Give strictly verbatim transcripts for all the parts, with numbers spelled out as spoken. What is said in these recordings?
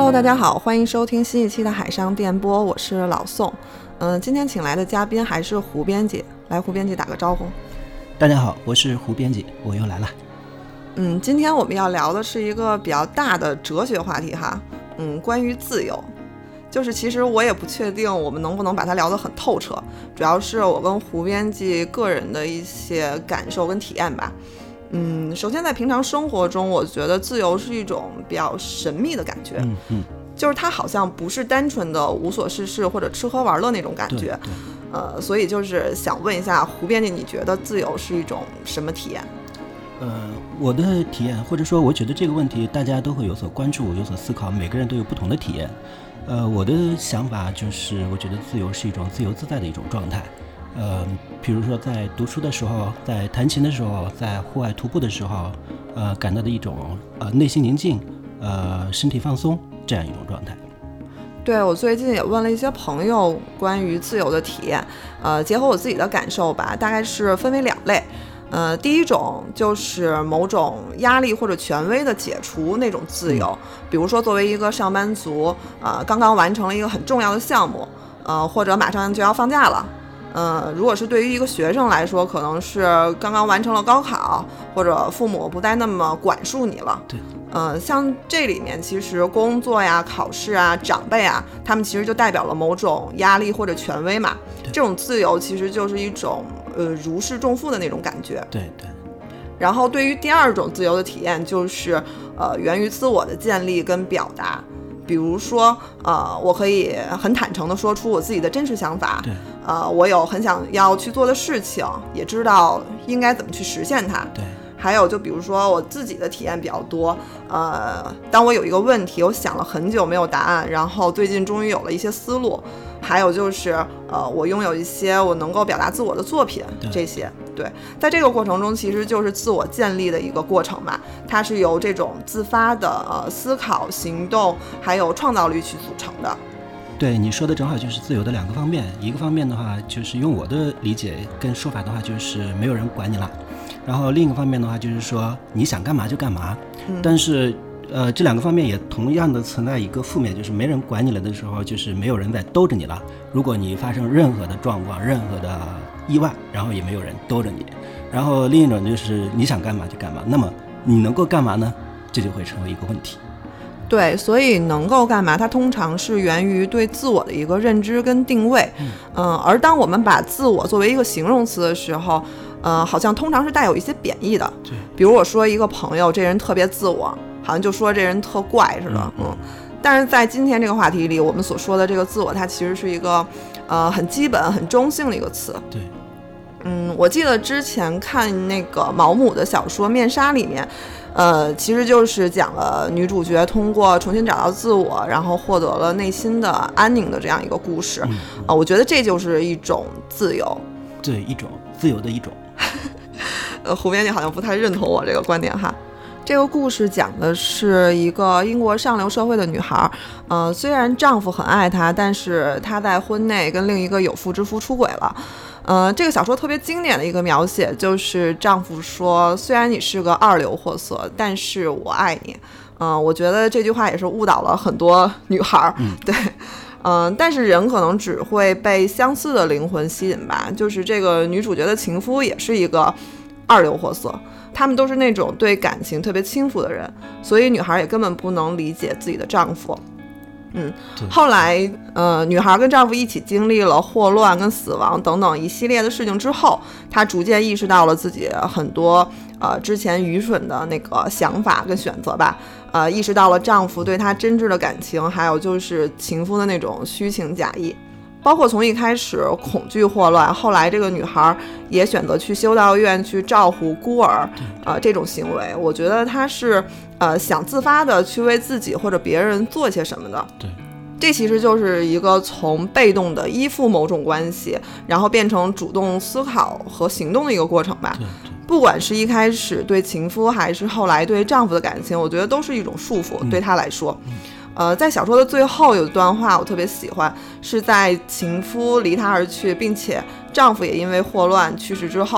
Hello， 大家好，欢迎收听新一期的海上电波，我是老宋。嗯、呃，今天请来的嘉宾还是胡编辑，来，胡编辑打个招呼。 大家好，我是胡编辑，我又来了。 嗯，今天我们要聊的是一个比较大的哲学话题哈，嗯，关于自由。就是其实我也不确定我们能不能把它聊得很透彻，主要是我跟胡编辑个人的一些感受跟体验吧。嗯，首先在平常生活中，我觉得自由是一种比较神秘的感觉， 嗯嗯， 就是它好像不是单纯的无所事事或者吃喝玩乐那种感觉。呃，所以就是想问一下胡编辑，你觉得自由是一种什么体验？ 呃，我的体验，或者说我觉得这个问题大家都会有所关注，有所思考，每个人都有不同的体验。呃，我的想法就是，我觉得自由是一种自由自在的一种状态。呃，比如说在读书的时候，在弹琴的时候，在户外徒步的时候，呃，感到的一种呃内心宁静，呃，身体放松这样一种状态。 对，我最近也问了一些朋友关于自由的体验，呃，结合我自己的感受吧，大概是分为两类。呃，第一种就是某种压力或者权威的解除那种自由，比如说作为一个上班族，呃，刚刚完成了一个很重要的项目，呃，或者马上就要放假了。呃，如果是对于一个学生来说，可能是刚刚完成了高考，或者父母不再那么管束你了。 对， 呃，像这里面其实工作呀、考试啊、长辈啊，他们其实就代表了某种压力或者权威嘛。这种自由其实就是一种呃如释重负的那种感觉。 对对。 然后对于第二种自由的体验，就是呃源于自我的建立跟表达。比如说，呃，我可以很坦诚地说出我自己的真实想法， 对， 呃，我有很想要去做的事情，也知道应该怎么去实现它。 对， 还有就比如说我自己的体验比较多，呃，当我有一个问题，我想了很久没有答案，然后最近终于有了一些思路。还有就是，呃，我拥有一些我能够表达自我的作品，这些。对，在这个过程中，其实就是自我建立的一个过程嘛，它是由这种自发的呃思考、行动，还有创造力去组成的。 对，你说的正好就是自由的两个方面，一个方面的话，就是用我的理解跟说法的话，就是没有人管你了，然后另一个方面的话，就是说你想干嘛就干嘛，嗯、但是。呃，这两个方面也同样的存在一个负面，就是没人管你了的时候，就是没有人在兜着你了。如果你发生任何的状况、任何的意外，然后也没有人兜着你。然后另一种就是你想干嘛就干嘛，那么你能够干嘛呢？这就会成为一个问题。 对，所以能够干嘛，它通常是源于对自我的一个认知跟定位。嗯，呃、而当我们把自我作为一个形容词的时候，呃，好像通常是带有一些贬义的。 对， 比如我说一个朋友，这人特别自我。好像就说这人特怪似的，嗯，嗯但是在今天这个话题里，我们所说的这个自我，它其实是一个，呃，很基本、很中性的一个词。 对， 嗯，我记得之前看那个毛姆的小说《面纱》里面，呃，其实就是讲了女主角通过重新找到自我，然后获得了内心的安宁的这样一个故事。啊、嗯呃，我觉得这就是一种自由， 对，一种自由的一种。 呃，胡编辑好像不太认同我这个观点哈。这个故事讲的是一个英国上流社会的女孩，呃，虽然丈夫很爱她，但是她在婚内跟另一个有妇之夫出轨了。呃，这个小说特别经典的一个描写就是丈夫说：“虽然你是个二流货色，但是我爱你。”呃，我觉得这句话也是误导了很多女孩。嗯，对。嗯、呃，但是人可能只会被相似的灵魂吸引吧。就是这个女主角的情夫也是一个二流货色。他们都是那种对感情特别轻浮的人，所以女孩也根本不能理解自己的丈夫。嗯，后来呃，女孩跟丈夫一起经历了霍乱跟死亡等等一系列的事情之后，她逐渐意识到了自己很多呃之前愚蠢的那个想法跟选择吧，呃，意识到了丈夫对她真挚的感情，还有就是情夫的那种虚情假意。包括从一开始恐惧霍乱，后来这个女孩也选择去修道院去照顾孤儿，呃，这种行为，我觉得她是呃想自发的去为自己或者别人做些什么的。 对， 这其实就是一个从被动的依附某种关系，然后变成主动思考和行动的一个过程吧。 对对， 不管是一开始对情夫，还是后来对丈夫的感情，我觉得都是一种束缚，嗯、对她来说。嗯呃，在小说的最后有一段话我特别喜欢，是在情夫离她而去，并且丈夫也因为霍乱去世之后，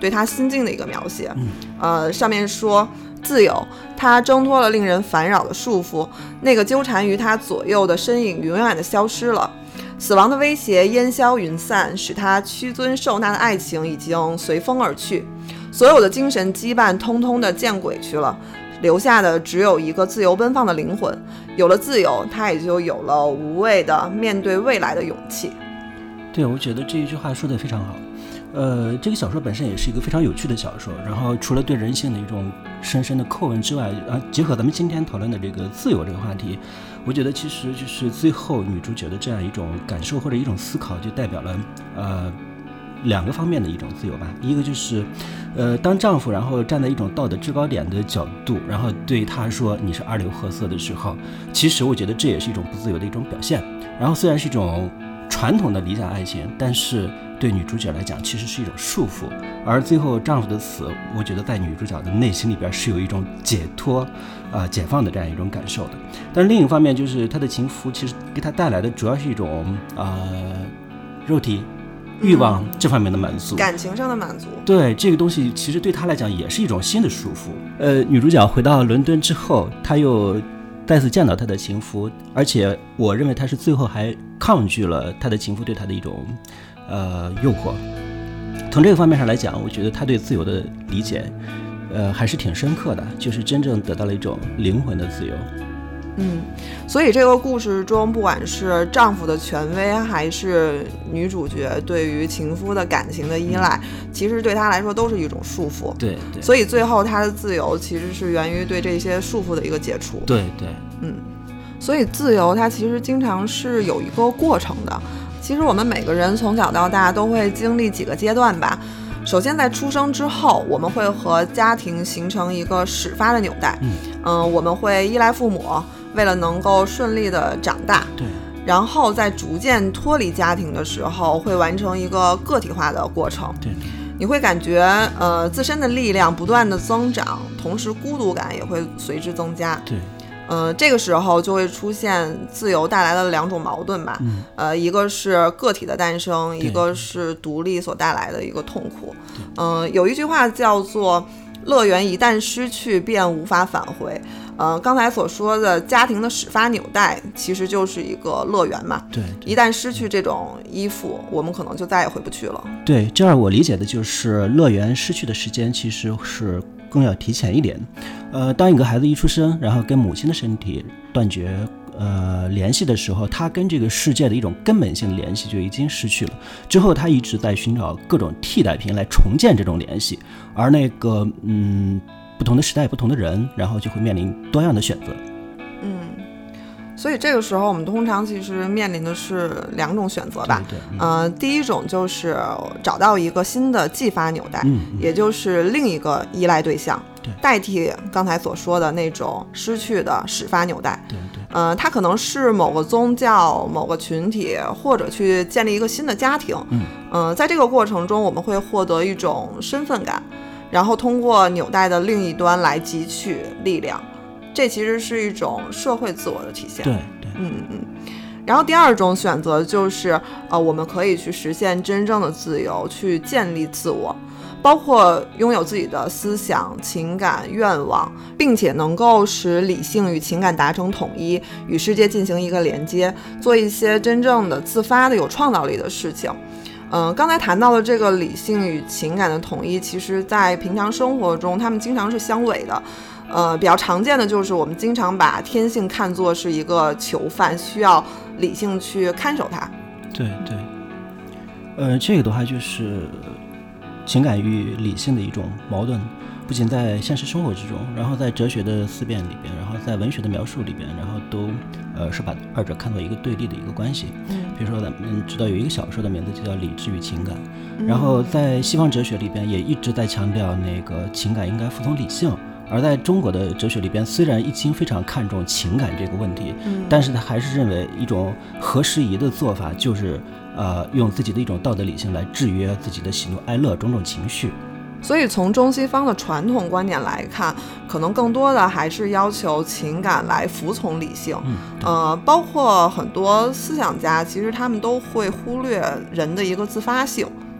对他心境的一个描写。呃，上面说自由，他挣脱了令人烦扰的束缚，那个纠缠于他左右的身影永远的消失了。死亡的威胁烟消云散，使他屈尊受难的爱情已经随风而去，所有的精神羁绊通通的见鬼去了，留下的只有一个自由奔放的灵魂。有了自由，他也就有了无畏的面对未来的勇气。 对，我觉得这一句话说得非常好。呃，这个小说本身也是一个非常有趣的小说，然后除了对人性的一种深深的叩问之外，然后结合咱们今天讨论的这个自由这个话题，我觉得其实就是最后女主角的这样一种感受或者一种思考，就代表了呃两个方面的一种自由吧。一个就是呃当丈夫然后站在一种道德制高点的角度，然后对她说你是二流货色的时候，其实我觉得这也是一种不自由的一种表现。然后虽然是一种传统的理想爱情，但是对女主角来讲其实是一种束缚，而最后丈夫的死，我觉得在女主角的内心里边是有一种解脱呃解放的这样一种感受的。但是另一方面就是她的情夫其实给她带来的主要是一种呃肉体欲望这方面的满足、嗯、 感情上的满足。 对，这个东西其实对她来讲也是一种新的束缚。呃，女主角回到伦敦之后，她又再次见到她的情夫，而且我认为她是最后还抗拒了她的情夫对她的一种呃诱惑。从这个方面上来讲，我觉得她对自由的理解呃还是挺深刻的，就是真正得到了一种灵魂的自由。 嗯，所以这个故事中，不管是丈夫的权威，还是女主角对于情夫的感情的依赖，嗯、其实对她来说都是一种束缚。 对对。 所以最后她的自由其实是源于对这些束缚的一个解除。 对对。 嗯，所以自由它其实经常是有一个过程的。其实我们每个人从小到大都会经历几个阶段吧。首先在出生之后，我们会和家庭形成一个始发的纽带。嗯、呃，我们会依赖父母，为了能够顺利的长大。 对。 然后在逐渐脱离家庭的时候，会完成一个个体化的过程。 对。 你会感觉呃自身的力量不断的增长，同时孤独感也会随之增加。 对。 呃，这个时候就会出现自由带来的两种矛盾吧。嗯、呃，一个是个体的诞生，一个是独立所带来的一个痛苦。嗯、呃，有一句话叫做“乐园一旦失去，便无法返回”。呃，刚才所说的家庭的始发纽带，其实就是一个乐园嘛。 对。 一旦失去这种依附，我们可能就再也回不去了。 对，这样我理解的就是乐园失去的时间其实是更要提前一点。呃，当一个孩子一出生，然后跟母亲的身体断绝呃联系的时候，他跟这个世界的一种根本性的联系就已经失去了。之后他一直在寻找各种替代品来重建这种联系，而那个嗯不同的时代不同的人，然后就会面临多样的选择。 嗯，所以这个时候我们通常其实面临的是两种选择吧。 对对。嗯、 呃，第一种就是找到一个新的继发纽带， 嗯嗯、 也就是另一个依赖对象， 对， 代替刚才所说的那种失去的始发纽带。 对对。 呃，它可能是某个宗教、某个群体，或者去建立一个新的家庭。 嗯。 呃，在这个过程中，我们会获得一种身份感，然后通过纽带的另一端来汲取力量。这其实是一种社会自我的体现。 对对。 嗯嗯。然后第二种选择就是，呃，我们可以去实现真正的自由，去建立自我。包括拥有自己的思想、情感、愿望，并且能够使理性与情感达成统一，与世界进行一个连接，做一些真正的自发的有创造力的事情。嗯、呃，刚才谈到的这个理性与情感的统一，其实在平常生活中他们经常是相违的。呃，比较常见的就是我们经常把天性看作是一个囚犯，需要理性去看守它。 对对。呃，这个的话就是情感与理性的一种矛盾，不仅在现实生活之中，然后在哲学的思辨里边，然后在文学的描述里边，然后都呃是把二者看作一个对立的一个关系。嗯，比如说咱们知道有一个小说的名字就叫《理智与情感》，嗯、然后在西方哲学里边也一直在强调那个情感应该服从理性，而在中国的哲学里边，虽然易经非常看重情感这个问题，嗯、但是他还是认为一种合时宜的做法就是呃，用自己的一种道德理性来制约自己的喜怒哀乐种种情绪。 所以从中西方的传统观点来看，可能更多的还是要求情感来服从理性。嗯，呃，包括很多思想家，其实他们都会忽略人的一个自发性。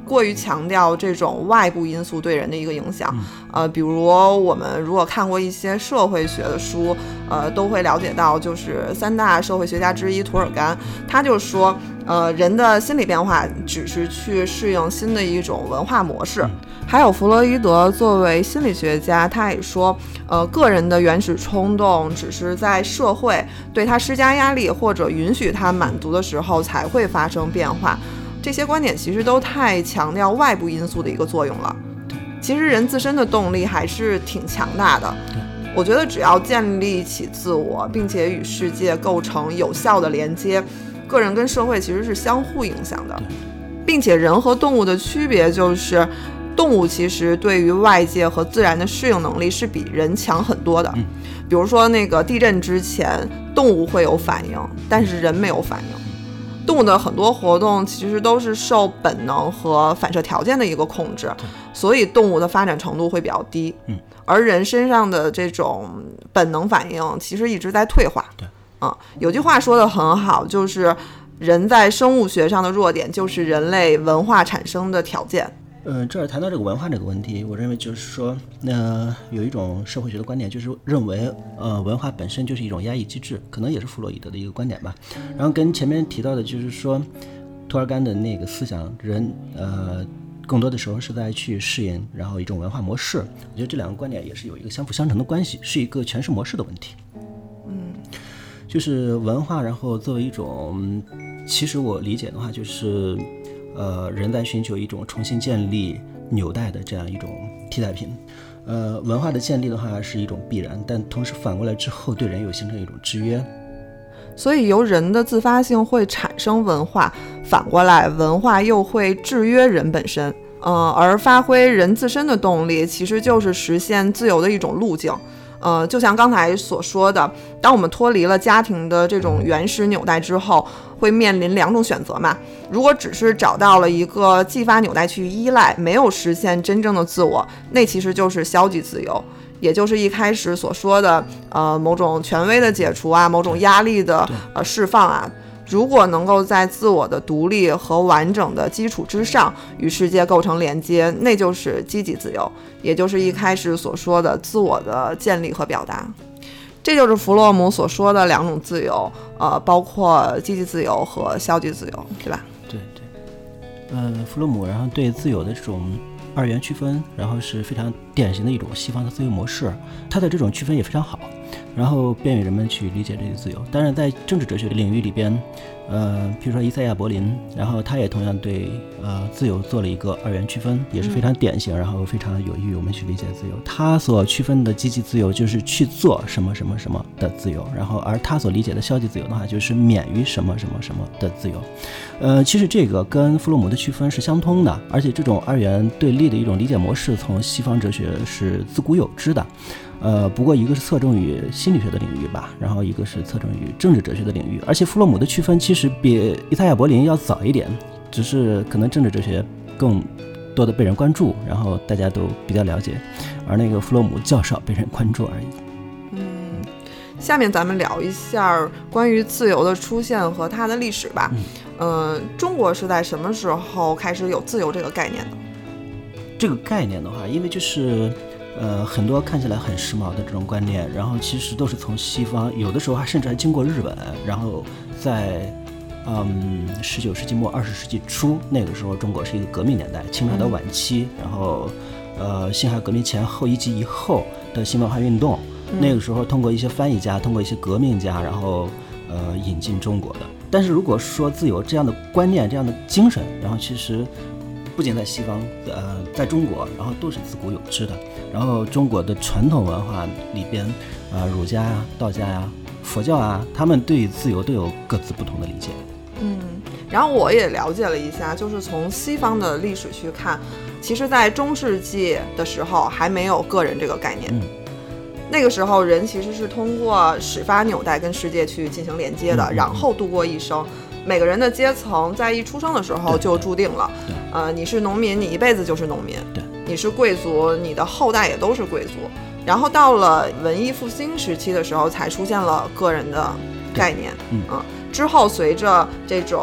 过于强调这种外部因素对人的一个影响。呃，比如我们如果看过一些社会学的书，呃，都会了解到，就是三大社会学家之一涂尔干，他就说，呃，人的心理变化只是去适应新的一种文化模式。还有弗洛伊德作为心理学家，他也说，呃，个人的原始冲动只是在社会对他施加压力或者允许他满足的时候才会发生变化。这些观点其实都太强调外部因素的一个作用了。其实人自身的动力还是挺强大的。我觉得只要建立起自我，并且与世界构成有效的连接，个人跟社会其实是相互影响的。并且人和动物的区别就是，动物其实对于外界和自然的适应能力是比人强很多的。比如说那个地震之前，动物会有反应，但是人没有反应。动物的很多活动其实都是受本能和反射条件的一个控制，所以动物的发展程度会比较低。 嗯， 而人身上的这种本能反应其实一直在退化。 对， 嗯，有句话说得很好，就是人在生物学上的弱点就是人类文化产生的条件。 呃，这儿谈到这个文化这个问题，我认为就是说，呃，有一种社会学的观点，就是认为，呃，文化本身就是一种压抑机制，可能也是弗洛伊德的一个观点吧。然后跟前面提到的，就是说，涂尔干的那个思想，人，呃，更多的时候是在去适应，然后一种文化模式。我觉得这两个观点也是有一个相辅相成的关系，是一个诠释模式的问题。 嗯， 就是文化，然后作为一种，其实我理解的话，就是。呃，人在寻求一种重新建立纽带的这样一种替代品。呃，文化的建立的话是一种必然，但同时反过来之后对人又形成一种制约。 所以由人的自发性会产生文化，反过来文化又会制约人本身。呃，而发挥人自身的动力，其实就是实现自由的一种路径。呃，就像刚才所说的，当我们脱离了家庭的这种原始纽带之后，会面临两种选择嘛。如果只是找到了一个继发纽带去依赖，没有实现真正的自我，那其实就是消极自由，也就是一开始所说的，呃，某种权威的解除啊，某种压力的呃释放啊。如果能够在自我的独立和完整的基础之上与世界构成连接，那就是积极自由，也就是一开始所说的自我的建立和表达。这就是弗洛姆所说的两种自由，呃，包括积极自由和消极自由，对吧？ 对对，呃，弗洛姆然后对自由的这种二元区分，然后是非常典型的一种西方的思维模式，它的这种区分也非常好。然后便于人们去理解这个自由。当然在政治哲学的领域里边，呃，比如说伊赛亚柏林，然后他也同样对呃自由做了一个二元区分，也是非常典型，然后非常有益于我们去理解自由。他所区分的积极自由就是去做什么什么什么的自由，然后而他所理解的消极自由的话就是免于什么什么什么的自由。呃，其实这个跟弗洛姆的区分是相通的，而且这种二元对立的一种理解模式从西方哲学是自古有之的。呃，不过一个是侧重于心理学的领域吧，然后一个是侧重于政治哲学的领域，而且弗洛姆的区分其实比伊赛亚柏林要早一点，只是可能政治哲学更多的被人关注，然后大家都比较了解，而那个弗洛姆较少被人关注而已。 嗯，下面咱们聊一下关于自由的出现和它的历史吧。嗯，呃，中国是在什么时候开始有自由这个概念的？ 这个概念的话，因为就是呃，很多看起来很时髦的这种观念，然后其实都是从西方，有的时候还甚至还经过日本，然后在嗯十九世纪末二十世纪初那个时候，中国是一个革命年代，清朝的晚期，然后呃辛亥革命前后以及以后的新文化运动，嗯、那个时候通过一些翻译家，通过一些革命家，然后呃引进中国的。但是如果说自由这样的观念，这样的精神，然后其实不仅在西方，呃，在中国，然后都是自古有之的。然后中国的传统文化里边，呃，儒家呀、道家呀、佛教啊，他们对于自由都有各自不同的理解。 嗯，然后我也了解了一下，就是从西方的历史去看，其实在中世纪的时候还没有个人这个概念。嗯，那个时候人其实是通过始发纽带跟世界去进行连接的，嗯、然后度过一生。每个人的阶层在一出生的时候就注定了，呃，你是农民，你一辈子就是农民；对，你是贵族，你的后代也都是贵族。然后到了文艺复兴时期的时候，才出现了个人的概念。嗯，嗯之后随着这种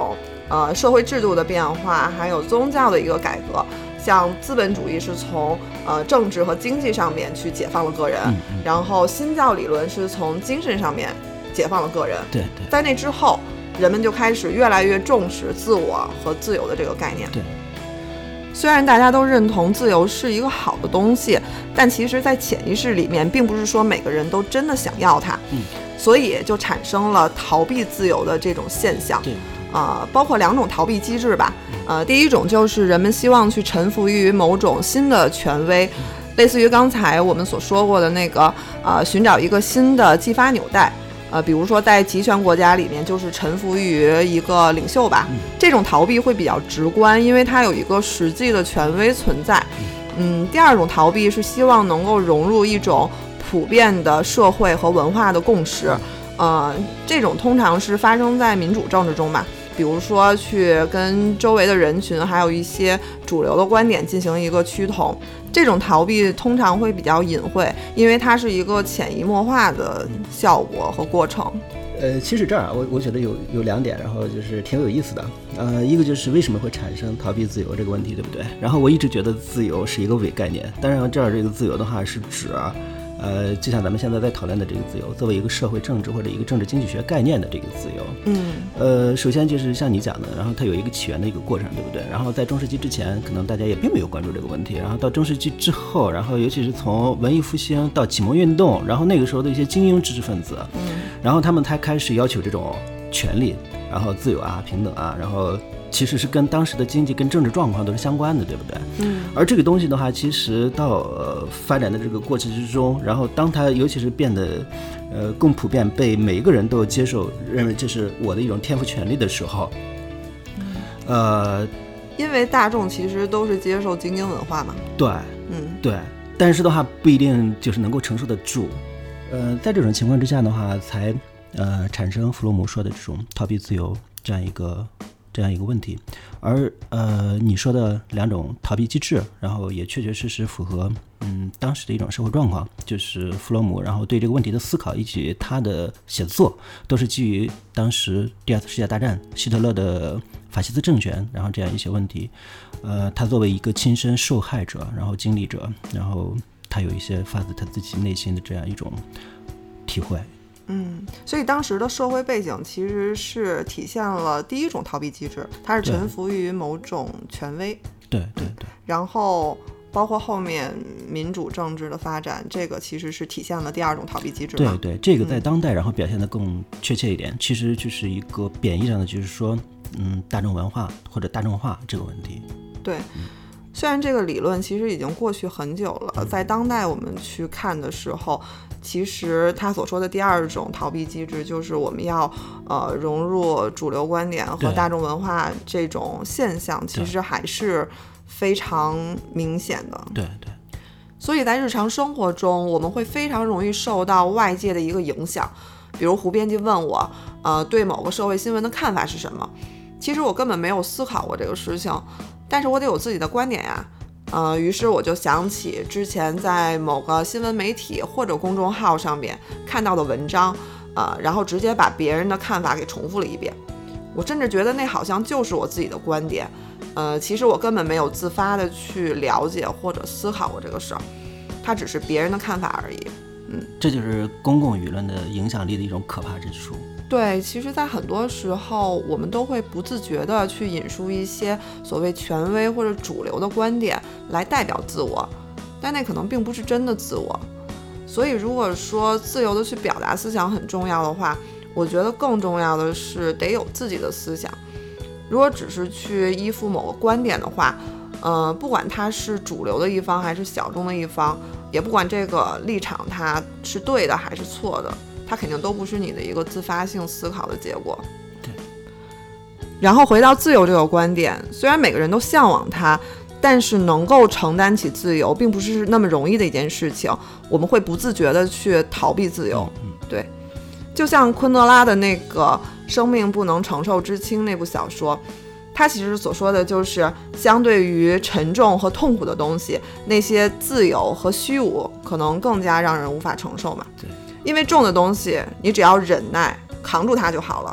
呃社会制度的变化，还有宗教的一个改革。像资本主义是从呃政治和经济上面去解放了个人， 嗯嗯、 然后新教理论是从精神上面解放了个人。 对对， 在那之后，人们就开始越来越重视自我和自由的这个概念。 对， 虽然大家都认同自由是一个好的东西，但其实在潜意识里面，并不是说每个人都真的想要它。 嗯， 所以就产生了逃避自由的这种现象。 对。 呃，包括两种逃避机制吧。呃，第一种就是人们希望去臣服于某种新的权威，类似于刚才我们所说过的那个呃，寻找一个新的激发纽带。呃，比如说在集权国家里面，就是臣服于一个领袖吧。这种逃避会比较直观，因为它有一个实际的权威存在。嗯，第二种逃避是希望能够融入一种普遍的社会和文化的共识。呃，这种通常是发生在民主政治中吧。比如说去跟周围的人群还有一些主流的观点进行一个趋同，这种逃避通常会比较隐晦，因为它是一个潜移默化的效果和过程。 呃，其实这儿啊，我我觉得有有两点，然后就是挺有意思的。呃，一个就是为什么会产生逃避自由这个问题，对不对？然后我一直觉得自由是一个伪概念，当然这儿这个自由的话是指啊。呃，就像咱们现在在讨论的这个自由，作为一个社会政治或者一个政治经济学概念的这个自由， 嗯， 呃，首先就是像你讲的，然后它有一个起源的一个过程，对不对？然后在中世纪之前，可能大家也并没有关注这个问题，然后到中世纪之后，然后尤其是从文艺复兴到启蒙运动，然后那个时候的一些精英知识分子， 嗯， 然后他们才开始要求这种权利，然后自由啊、平等啊，然后。其实是跟当时的经济跟政治状况都是相关的，对不对？ 嗯。 而这个东西的话，其实到呃发展的这个过程之中，然后当它尤其是变得呃更普遍，被每一个人都接受，认为这是我的一种天赋权利的时候， 嗯、 呃， 因为大众其实都是接受精英文化嘛。 对， 嗯， 对，但是的话不一定就是能够承受得住。呃，在这种情况之下的话，才呃产生弗洛姆说的这种逃避自由这样一个。这样一个问题，而呃你说的两种逃避机制，然后也确确实实符合嗯当时的一种社会状况，就是弗洛姆然后对这个问题的思考以及他的写作都是基于当时第二次世界大战希特勒的法西斯政权，然后这样一些问题，呃他作为一个亲身受害者，然后经历者，然后他有一些发自他自己内心的这样一种体会。 嗯，所以当时的社会背景其实是体现了第一种逃避机制，它是臣服于某种权威。 对对对。 然后包括后面民主政治的发展，这个其实是体现了第二种逃避机制。 对对，这个在当代然后表现得更确切一点，嗯、其实就是一个贬义上的，就是说，嗯，大众文化或者大众化这个问题。 对。嗯，虽然这个理论其实已经过去很久了，在当代我们去看的时候，其实他所说的第二种逃避机制就是我们要呃融入主流观点和大众文化这种现象，其实还是非常明显的。 对对。 所以在日常生活中，我们会非常容易受到外界的一个影响。比如胡编辑问我，呃，对某个社会新闻的看法是什么？其实我根本没有思考过这个事情。但是我得有自己的观点呀，呃，于是我就想起之前在某个新闻媒体或者公众号上面看到的文章，呃，然后直接把别人的看法给重复了一遍。我甚至觉得那好像就是我自己的观点，呃，其实我根本没有自发的去了解或者思考过这个事儿，它只是别人的看法而已。嗯， 这就是公共舆论的影响力的一种可怕之处。 对，其实在很多时候我们都会不自觉地去引述一些所谓权威或者主流的观点来代表自我，但那可能并不是真的自我。所以如果说自由地去表达思想很重要的话，我觉得更重要的是得有自己的思想。如果只是去依附某个观点的话，呃，不管它是主流的一方还是小众的一方，也不管这个立场它是对的还是错的，它肯定都不是你的一个自发性思考的结果。 对。 然后回到自由这个观点，虽然每个人都向往它，但是能够承担起自由并不是那么容易的一件事情，我们会不自觉的去逃避自由。 嗯， 对。就像昆德拉的那个《生命不能承受之轻》那部小说，他其实所说的就是相对于沉重和痛苦的东西，那些自由和虚无可能更加让人无法承受嘛。 对。 因为重的东西你只要忍耐扛住它就好了，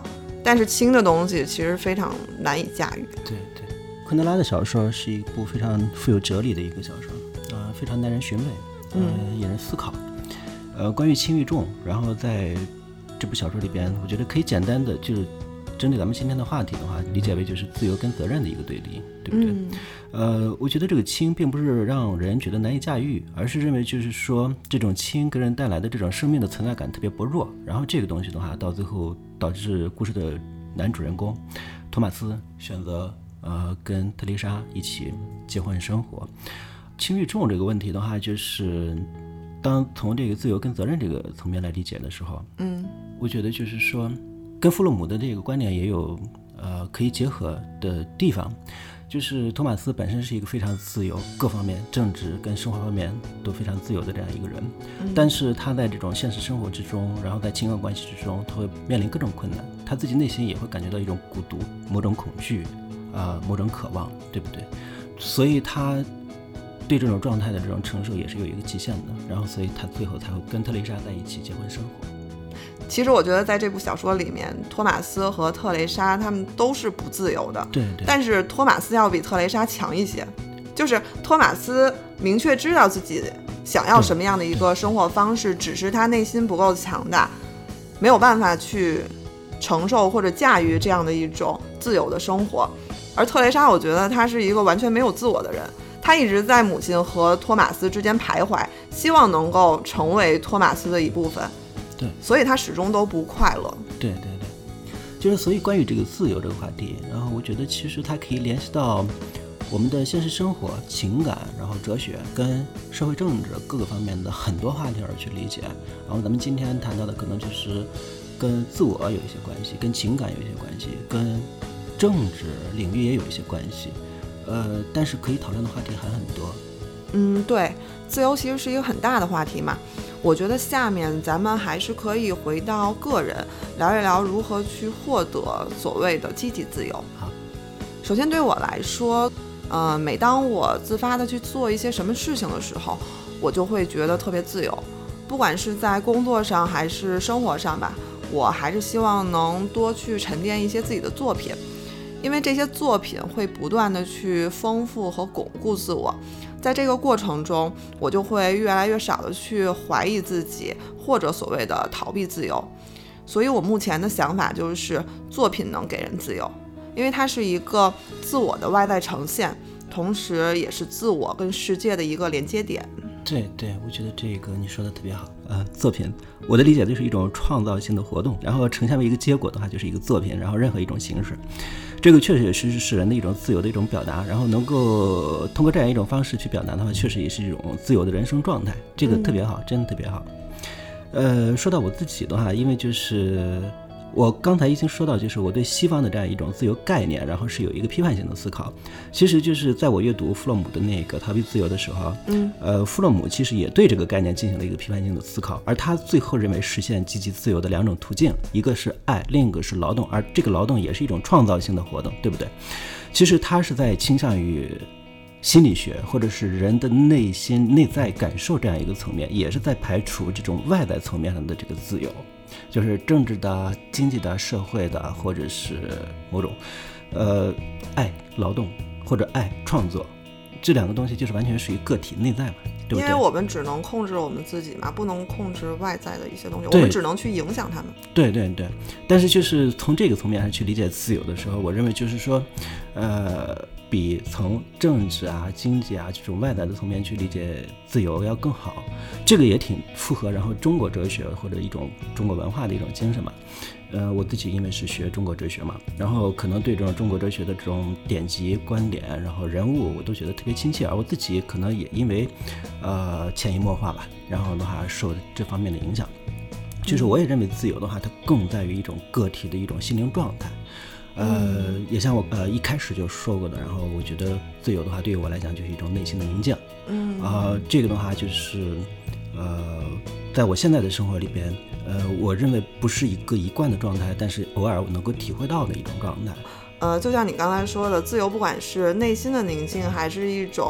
但是轻的东西其实非常难以驾驭。 对对，昆德拉的小说是一部非常富有哲理的一个小说，呃，非常耐人寻味，呃，引人思考。呃，关于轻与重，然后在这部小说里边，我觉得可以简单的就是针对咱们今天的话题的话，理解为就是自由跟责任的一个对立，对不对？嗯、呃，我觉得这个轻并不是让人觉得难以驾驭，而是认为就是说这种轻给人带来的这种生命的存在感特别薄弱，然后这个东西的话，到最后导致故事的男主人公托马斯选择呃跟特丽莎一起结婚生活。轻与重这个问题的话，就是当从这个自由跟责任这个层面来理解的时候，嗯，我觉得就是说跟弗洛姆的这个观点也有呃可以结合的地方。就是托马斯本身是一个非常自由，各方面政治跟生活方面都非常自由的这样一个人、嗯、但是他在这种现实生活之中，然后在情感关系之中，他会面临各种困难，他自己内心也会感觉到一种孤独，某种恐惧呃，某种渴望，对不对？所以他对这种状态的这种承受也是有一个极限的，然后所以他最后才会跟特蕾莎在一起结婚生活。 其实我觉得在这部小说里面，托马斯和特蕾莎他们都是不自由的， 对对。 但是托马斯要比特蕾莎强一些，就是托马斯明确知道自己想要什么样的一个生活方式，只是他内心不够强大，没有办法去承受或者驾驭这样的一种自由的生活。而特蕾莎，我觉得她是一个完全没有自我的人，她一直在母亲和托马斯之间徘徊，希望能够成为托马斯的一部分。 对， 所以他始终都不快乐。 对对对，就是所以关于这个自由这个话题，然后我觉得其实它可以联系到我们的现实生活、情感，然后哲学跟社会政治各个方面的很多话题而去理解。然后咱们今天谈到的可能就是跟自我有一些关系，跟情感有一些关系，跟政治领域也有一些关系。呃，但是可以讨论的话题还很多。 嗯，对，自由其实是一个很大的话题嘛。我觉得下面咱们还是可以回到个人，聊一聊如何去获得所谓的积极自由。 好， 首先对我来说，呃，每当我自发的去做一些什么事情的时候，我就会觉得特别自由。不管是在工作上还是生活上吧，我还是希望能多去沉淀一些自己的作品，因为这些作品会不断的去丰富和巩固自我。在这个过程中，我就会越来越少的去怀疑自己，或者所谓的逃避自由。所以我目前的想法就是，作品能给人自由，因为它是一个自我的外在呈现，同时也是自我跟世界的一个连接点。 对对，我觉得这个你说的特别好。呃，作品，我的理解就是一种创造性的活动，然后呈现为一个结果的话，就是一个作品，然后任何一种形式。这个确实是是人的一种自由的一种表达，然后能够通过这样一种方式去表达的话，确实也是一种自由的人生状态，这个特别好，真的特别好。呃，说到我自己的话，因为就是我刚才已经说到，就是我对西方的这样一种自由概念，然后是有一个批判性的思考。其实就是在我阅读弗洛姆的那个逃避自由的时候，嗯，呃，弗洛姆其实也对这个概念进行了一个批判性的思考，而他最后认为实现积极自由的两种途径，一个是爱，另一个是劳动，而这个劳动也是一种创造性的活动，对不对？其实他是在倾向于心理学或者是人的内心内在感受这样一个层面，也是在排除这种外在层面上的这个自由，就是政治的、经济的、社会的，或者是某种呃爱劳动或者爱创作，这两个东西就是完全属于个体内在嘛，对不对？ 因为我们只能控制我们自己嘛，不能控制外在的一些东西，我们只能去影响他们。 对对对，但是就是从这个层面上去理解自由的时候，我认为就是说呃比从政治啊、经济啊这种外在的层面去理解自由要更好，这个也挺符合然后中国哲学或者一种中国文化的一种精神嘛。呃，我自己因为是学中国哲学嘛，然后可能对这种中国哲学的这种典籍、观点，然后人物，我都觉得特别亲切，而我自己可能也因为呃潜移默化吧，然后的话受这方面的影响，就是我也认为自由的话，它更在于一种个体的一种心灵状态。呃，也像我呃一开始就说过的，然后我觉得自由的话，对于我来讲就是一种内心的宁静。嗯，啊、呃，这个的话就是呃，在我现在的生活里边，呃，我认为不是一个一贯的状态，但是偶尔我能够体会到的一种状态。 呃，就像你刚才说的，自由不管是内心的宁静，还是一种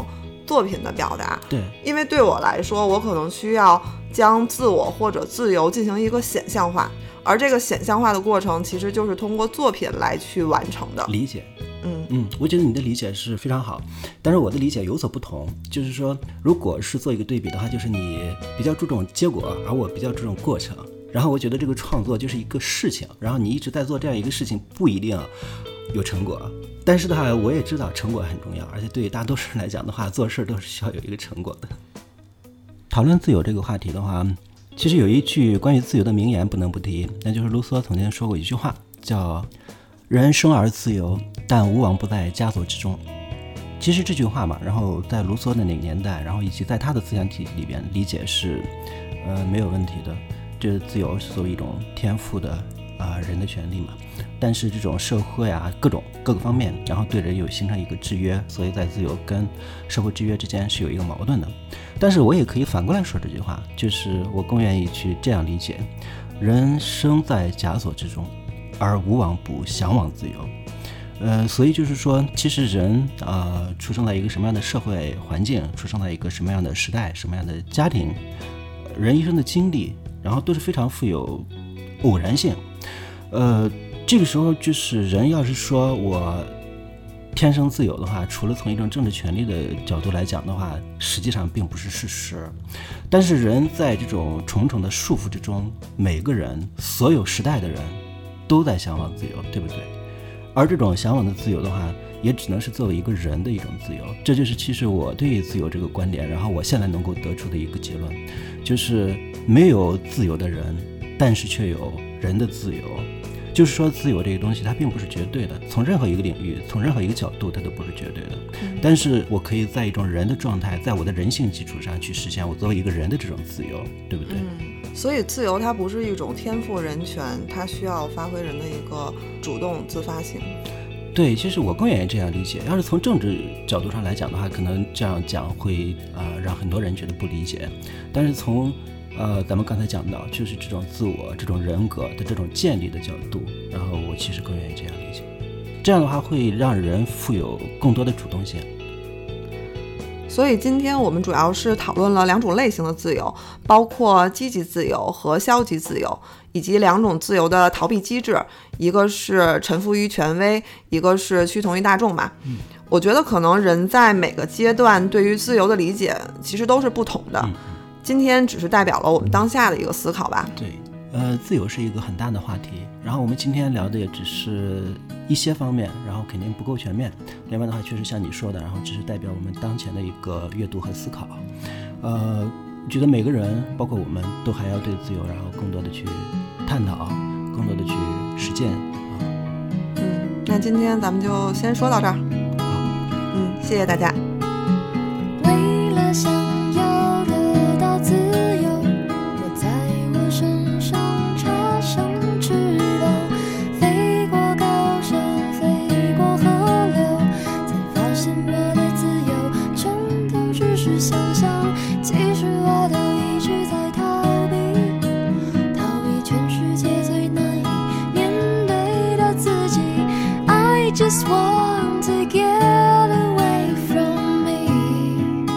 作品的表达。 对， 因为对我来说，我可能需要将自我或者自由进行一个显象化，而这个显象化的过程其实就是通过作品来去完成的。 理解。 嗯嗯，我觉得你的理解是非常好，但是我的理解有所不同。就是说，如果是做一个对比的话，就是你比较注重结果，而我比较注重过程。然后我觉得这个创作就是一个事情，然后你一直在做这样一个事情，不一定有成果。但是的话，我也知道成果很重要，而且对于大多数人来讲的话，做事都是需要有一个成果的。讨论自由这个话题的话，其实有一句关于自由的名言不能不提，那就是卢梭曾经说过一句话，叫人生而自由，但无往不在枷锁之中。其实这句话嘛，然后在卢梭的那个年代，然后以及在他的思想体系里边理解是呃没有问题的。这自由是作为一种天赋的啊、呃、人的权利嘛，但是这种社会啊各种各个方面，然后对人有形成一个制约，所以在自由跟社会制约之间是有一个矛盾的。但是我也可以反过来说这句话，就是我更愿意去这样理解：人生在枷锁之中，而无往不向往自由。呃，所以就是说，其实人啊、呃，出生在一个什么样的社会环境，出生在一个什么样的时代，什么样的家庭，人一生的经历，然后都是非常富有偶然性。呃，这个时候就是人要是说我天生自由的话，除了从一种政治权利的角度来讲的话，实际上并不是事实。但是人在这种重重的束缚之中，每个人，所有时代的人都在向往自由，对不对？而这种向往的自由的话，也只能是作为一个人的一种自由。这就是其实我对于自由这个观点，然后我现在能够得出的一个结论，就是没有自由的人，但是却有人的自由。就是说自由这个东西它并不是绝对的，从任何一个领域，从任何一个角度它都不是绝对的、嗯、但是我可以在一种人的状态，在我的人性基础上去实现我作为一个人的这种自由，对不对、 嗯、所以自由它不是一种天赋人权，它需要发挥人的一个主动自发性。 对，其实我更愿意这样理解。要是从政治角度上来讲的话，可能这样讲会、呃、让很多人觉得不理解，但是从呃，咱们刚才讲到，就是这种自我、这种人格的这种建立的角度，然后我其实更愿意这样理解。这样的话，会让人富有更多的主动性。 所以今天我们主要是讨论了两种类型的自由，包括积极自由和消极自由，以及两种自由的逃避机制，一个是臣服于权威，一个是屈从于大众嘛。嗯，我觉得可能人在每个阶段对于自由的理解其实都是不同的。嗯，今天只是代表了我们当下的一个思考吧。 对，呃，自由是一个很大的话题，然后我们今天聊的也只是一些方面，然后肯定不够全面。另外的话，确实像你说的，然后只是代表我们当前的一个阅读和思考。呃，觉得每个人，包括我们，都还要对自由，然后更多的去探讨，更多的去实践啊。 嗯，那今天咱们就先说到这儿。 好， 嗯，谢谢大家。 为了想要得到自由，我在我身上插上翅膀，飞过高山，飞过河流，才发现我的自由全都只是想象。其实我都一直在逃避，逃避全世界最难以面对的自己。I just want to get away from me.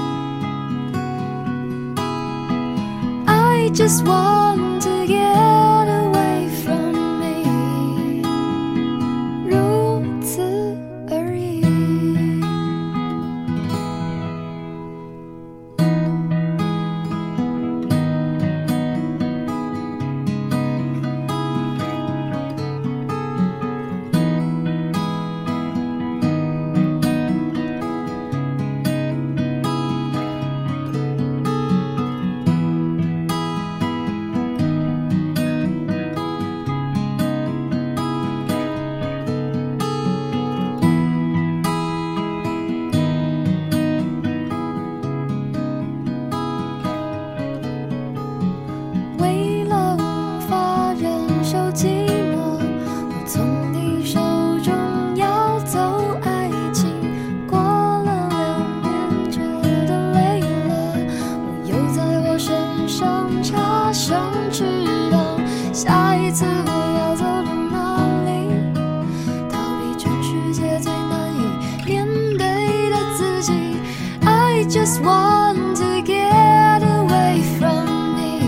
I just want to get away from me. 如此而已。为了无法忍受寂寞，我从你手中要走爱情。过了两年，觉得累了，我又在我身上插上翅膀。下一次我要走到哪里？逃避全世界最难以面对的自己。I just want to get away from me.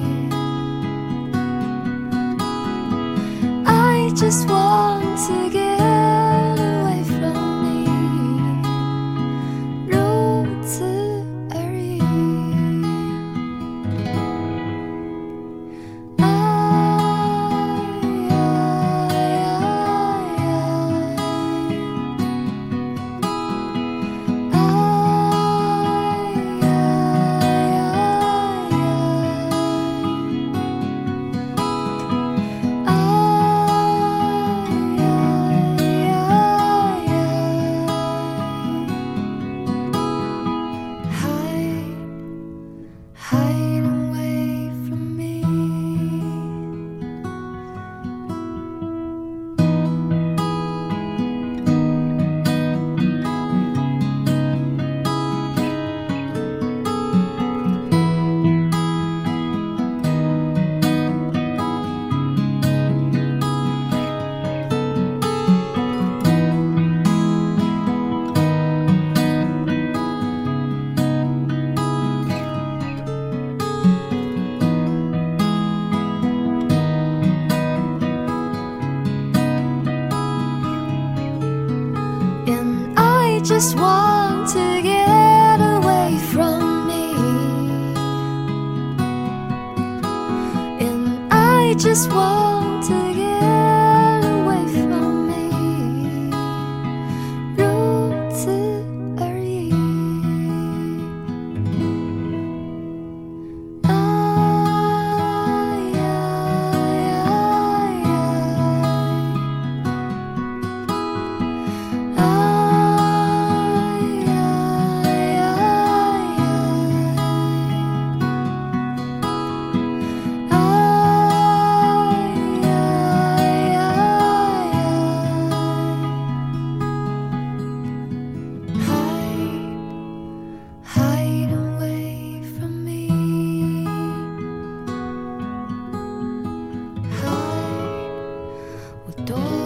I just want to get away from me. 如此而已。Hide away from me. And I just want to get away from me. And I just want to get away from me. 如此而已。Hide away from me. Hide 我多